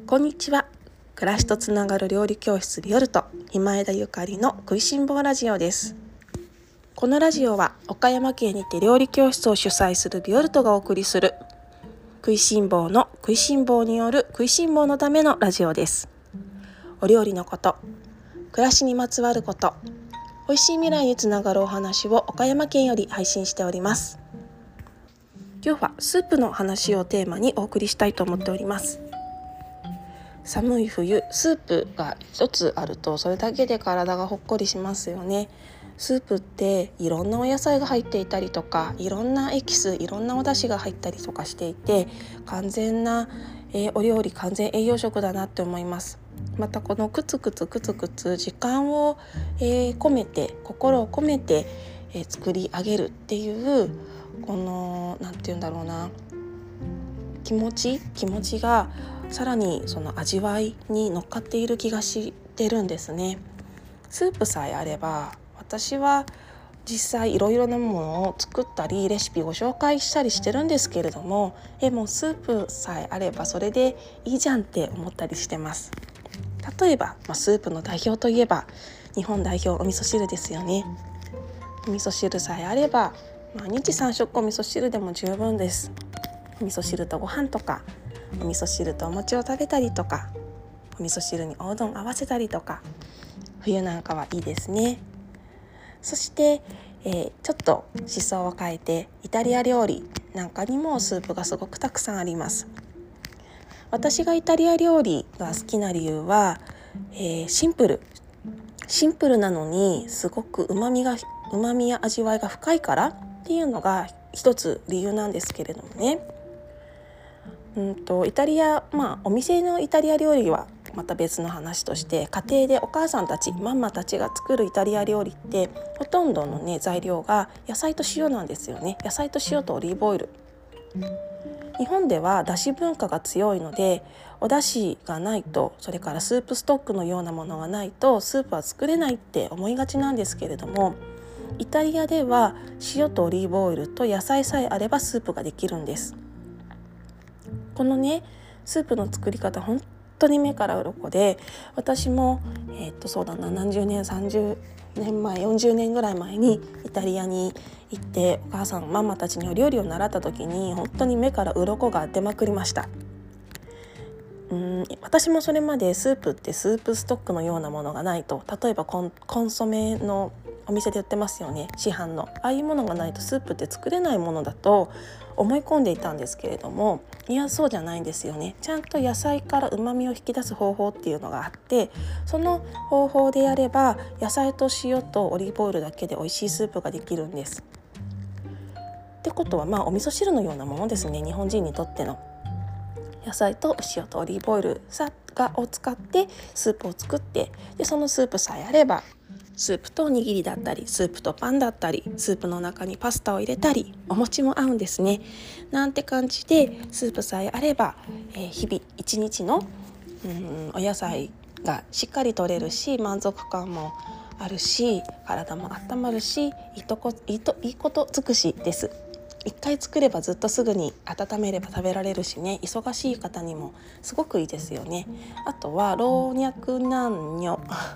こんにちは。暮らしとつながる料理教室ビオルト今枝ゆかりの食いしん坊ラジオです。このラジオは岡山県にて料理教室を主催するビオルトがお送りする食いしん坊の食いしん坊による食いしん坊のためのラジオです。お料理のこと、暮らしにまつわること、美味しい未来につながるお話を岡山県より配信しております。今日はスープの話をテーマにお送りしたいと思っております。寒い冬、スープが一つあるとそれだけで体がほっこりしますよね。スープっていろんなお野菜が入っていたりとか、いろんなエキス、いろんなお出汁が入ったりとかしていて、完全な、お料理、完全栄養食だなって思います。またこのクツクツ時間を、込めて、心を込めて、作り上げるっていうこのなんていうんだろうな、気持ちがさらにその味わいに乗っかっている気がしてるんですね。スープさえあれば、私は実際いろいろなものを作ったりレシピご紹介したりしてるんですけれども、もうスープさえあればそれでいいじゃんって思ったりしてます。例えば、スープの代表といえば日本代表お味噌汁ですよね。お味噌汁さえあれば毎日3食お味噌汁でも十分です。お味噌汁とご飯とか、お味噌汁とお餅を食べたりとか、お味噌汁におうどん合わせたりとか、冬なんかはいいですね。そして、ちょっと思想を変えてイタリア料理なんかにもスープがすごくたくさんあります。私がイタリア料理が好きな理由は、シンプルなのにすごく旨味や味わいが深いからっていうのが一つ理由なんですけれどもね。イタリア、お店のイタリア料理はまた別の話として、家庭でお母さんたち、ママたちが作るイタリア料理ってほとんどのね材料が野菜と塩なんですよね。野菜と塩とオリーブオイル。日本ではだし文化が強いので、お出汁がないと、それからスープストックのようなものがないとスープは作れないって思いがちなんですけれども、イタリアでは塩とオリーブオイルと野菜さえあればスープができるんです。このねスープの作り方本当に目から鱗で、私もそうだな、何十年30年前40年ぐらい前にイタリアに行ってお母さんママたちにお料理を習った時に本当に目から鱗が出まくりました。私もそれまでスープってスープストックのようなものがないと、例えばコンソメのお店で売ってますよね、市販のああいうものがないとスープって作れないものだと思い込んでいたんですけれども、いやそうじゃないんですよね。ちゃんと野菜から旨味を引き出す方法っていうのがあって、その方法でやれば野菜と塩とオリーブオイルだけで美味しいスープができるんです。ってことはお味噌汁のようなものですね。日本人にとっての野菜と塩とオリーブオイルを使ってスープを作って、でそのスープさえあればスープとおにぎりだったり、スープとパンだったり、スープの中にパスタを入れたり、お餅も合うんですね。なんて感じでスープさえあれば、日々一日のお野菜がしっかり取れるし、満足感もあるし、体も温まるし、いいこと尽くしです。一回作ればずっとすぐに温めれば食べられるしね、忙しい方にもすごくいいですよね。あとは老若男女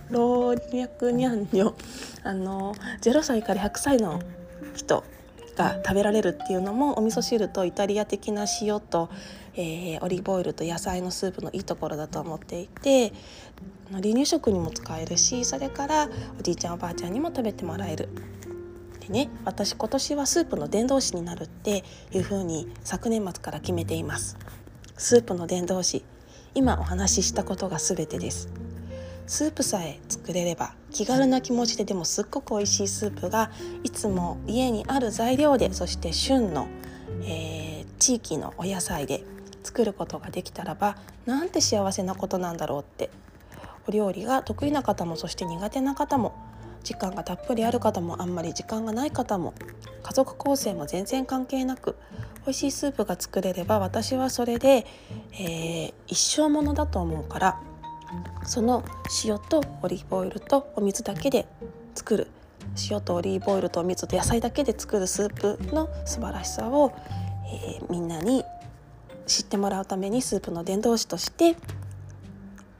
0歳から100歳の人が食べられるっていうのもお味噌汁とイタリア的な塩と、オリーブオイルと野菜のスープのいいところだと思っていて、離乳食にも使えるし、それからおじいちゃんおばあちゃんにも食べてもらえる。でね、私今年はスープの伝道師になるっていう風に昨年末から決めています。スープの伝道師、今お話ししたことが全てです。スープさえ作れれば気軽な気持ちでもすっごく美味しいスープがいつも家にある材料で、そして旬の、地域のお野菜で作ることができたらば、なんて幸せなことなんだろうって。お料理が得意な方も、そして苦手な方も、時間がたっぷりある方もあんまり時間がない方も、家族構成も全然関係なく美味しいスープが作れれば、私はそれで、一生ものだと思うから、その塩とオリーブオイルとお水だけで作る、塩とオリーブオイルとお水と野菜だけで作るスープの素晴らしさを、みんなに知ってもらうためにスープの伝道師として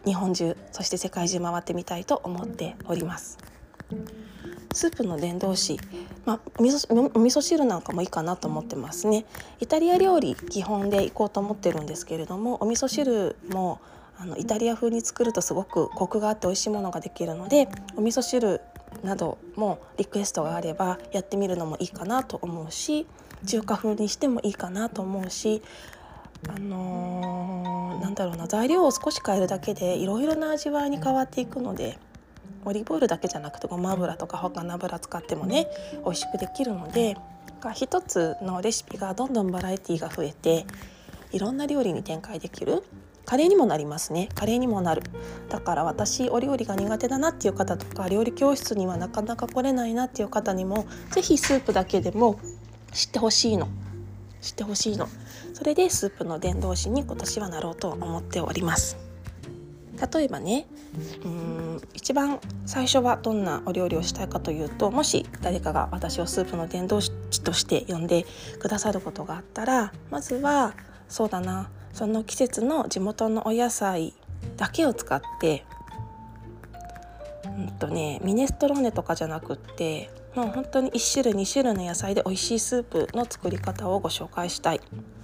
日本中、そして世界中回ってみたいと思っております。スープの伝道師、お味噌汁なんかもいいかなと思ってますね。イタリア料理基本でいこうと思ってるんですけれども、お味噌汁もイタリア風に作るとすごくコクがあって美味しいものができるので、お味噌汁などもリクエストがあればやってみるのもいいかなと思うし、中華風にしてもいいかなと思うし、材料を少し変えるだけでいろいろな味わいに変わっていくので、オリーブオイルだけじゃなくてごま油とか他の油使ってもね美味しくできるので、一つのレシピがどんどんバラエティが増えていろんな料理に展開できる。カレーにもなりますね。カレーにもなる。だから私お料理が苦手だなっていう方とか、料理教室にはなかなか来れないなっていう方にもぜひスープだけでも知ってほしいの。それでスープの伝道師に今年はなろうと思っております。例えばね、一番最初はどんなお料理をしたいかというと、もし誰かが私をスープの伝道師として呼んでくださることがあったら、まずはその季節の地元のお野菜だけを使って、ミネストローネとかじゃなくって、もう本当に1種類2種類の野菜で美味しいスープの作り方をご紹介したい。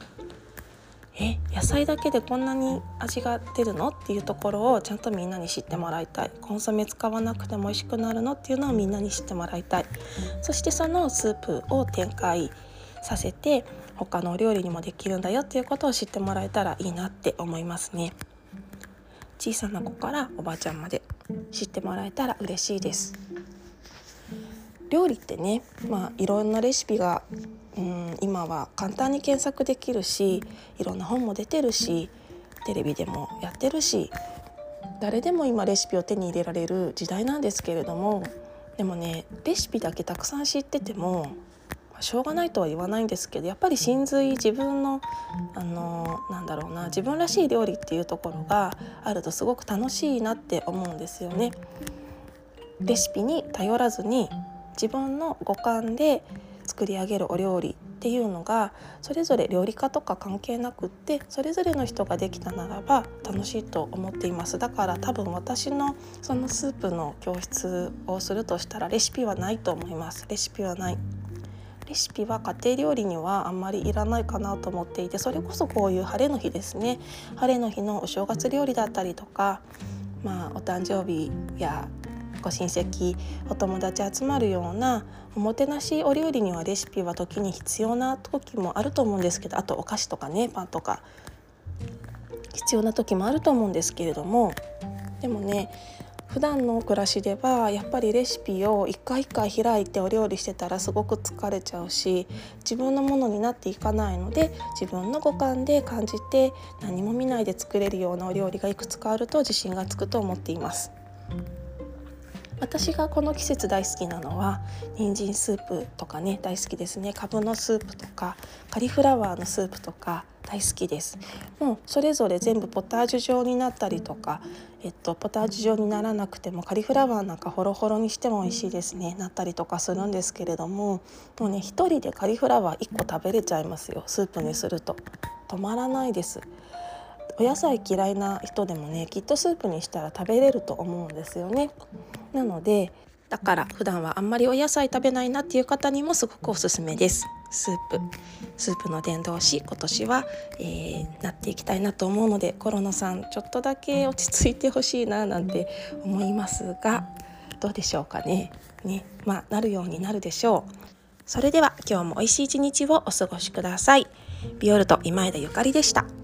野菜だけでこんなに味が出るのっていうところをちゃんとみんなに知ってもらいたい。コンソメ使わなくても美味しくなるのっていうのをみんなに知ってもらいたい。そしてそのスープを展開させて他のお料理にもできるんだよっていうことを知ってもらえたらいいなって思いますね。小さな子からおばあちゃんまで知ってもらえたら嬉しいです。料理ってね、いろんなレシピが今は簡単に検索できるし、いろんな本も出てるし、テレビでもやってるし、誰でも今レシピを手に入れられる時代なんですけれども、でもね、レシピだけたくさん知っててもしょうがないとは言わないんですけど、やっぱり真髄自分の自分らしい料理っていうところがあるとすごく楽しいなって思うんですよね。レシピに頼らずに自分の五感で作り上げるお料理っていうのが、それぞれ料理家とか関係なくって、それぞれの人ができたならば楽しいと思っています。だから多分私のそのスープの教室をするとしたらレシピはないと思います。レシピはない。レシピは家庭料理にはあんまりいらないかなと思っていて、それこそこういう晴れの日ですね、晴れの日のお正月料理だったりとか、お誕生日やご親戚お友達集まるようなおもてなしお料理にはレシピは時に必要な時もあると思うんですけど、あとお菓子とかね、パンとか必要な時もあると思うんですけれども、でもね、普段の暮らしではやっぱりレシピを一回一回開いてお料理してたらすごく疲れちゃうし、自分のものになっていかないので、自分の五感で感じて何も見ないで作れるようなお料理がいくつかあると自信がつくと思っています。私がこの季節大好きなのは人参スープとかね、大好きですね。かぶのスープとかカリフラワーのスープとか大好きです。もうそれぞれ全部ポタージュ状になったりとか、ポタージュ状にならなくてもカリフラワーなんかホロホロにしても美味しいですね、なったりとかするんですけれども、もうね、一人でカリフラワー1個食べれちゃいますよ。スープにすると止まらないです。お野菜嫌いな人でもね、きっとスープにしたら食べれると思うんですよね。なので、だから普段はあんまりお野菜食べないなっていう方にもすごくおすすめです。スープの伝道師、今年は、なっていきたいなと思うので、コロナさんちょっとだけ落ち着いてほしいななんて思いますが、どうでしょうかね。なるようになるでしょう。それでは今日も美味しい一日をお過ごしください。ビオルト今枝ゆかりでした。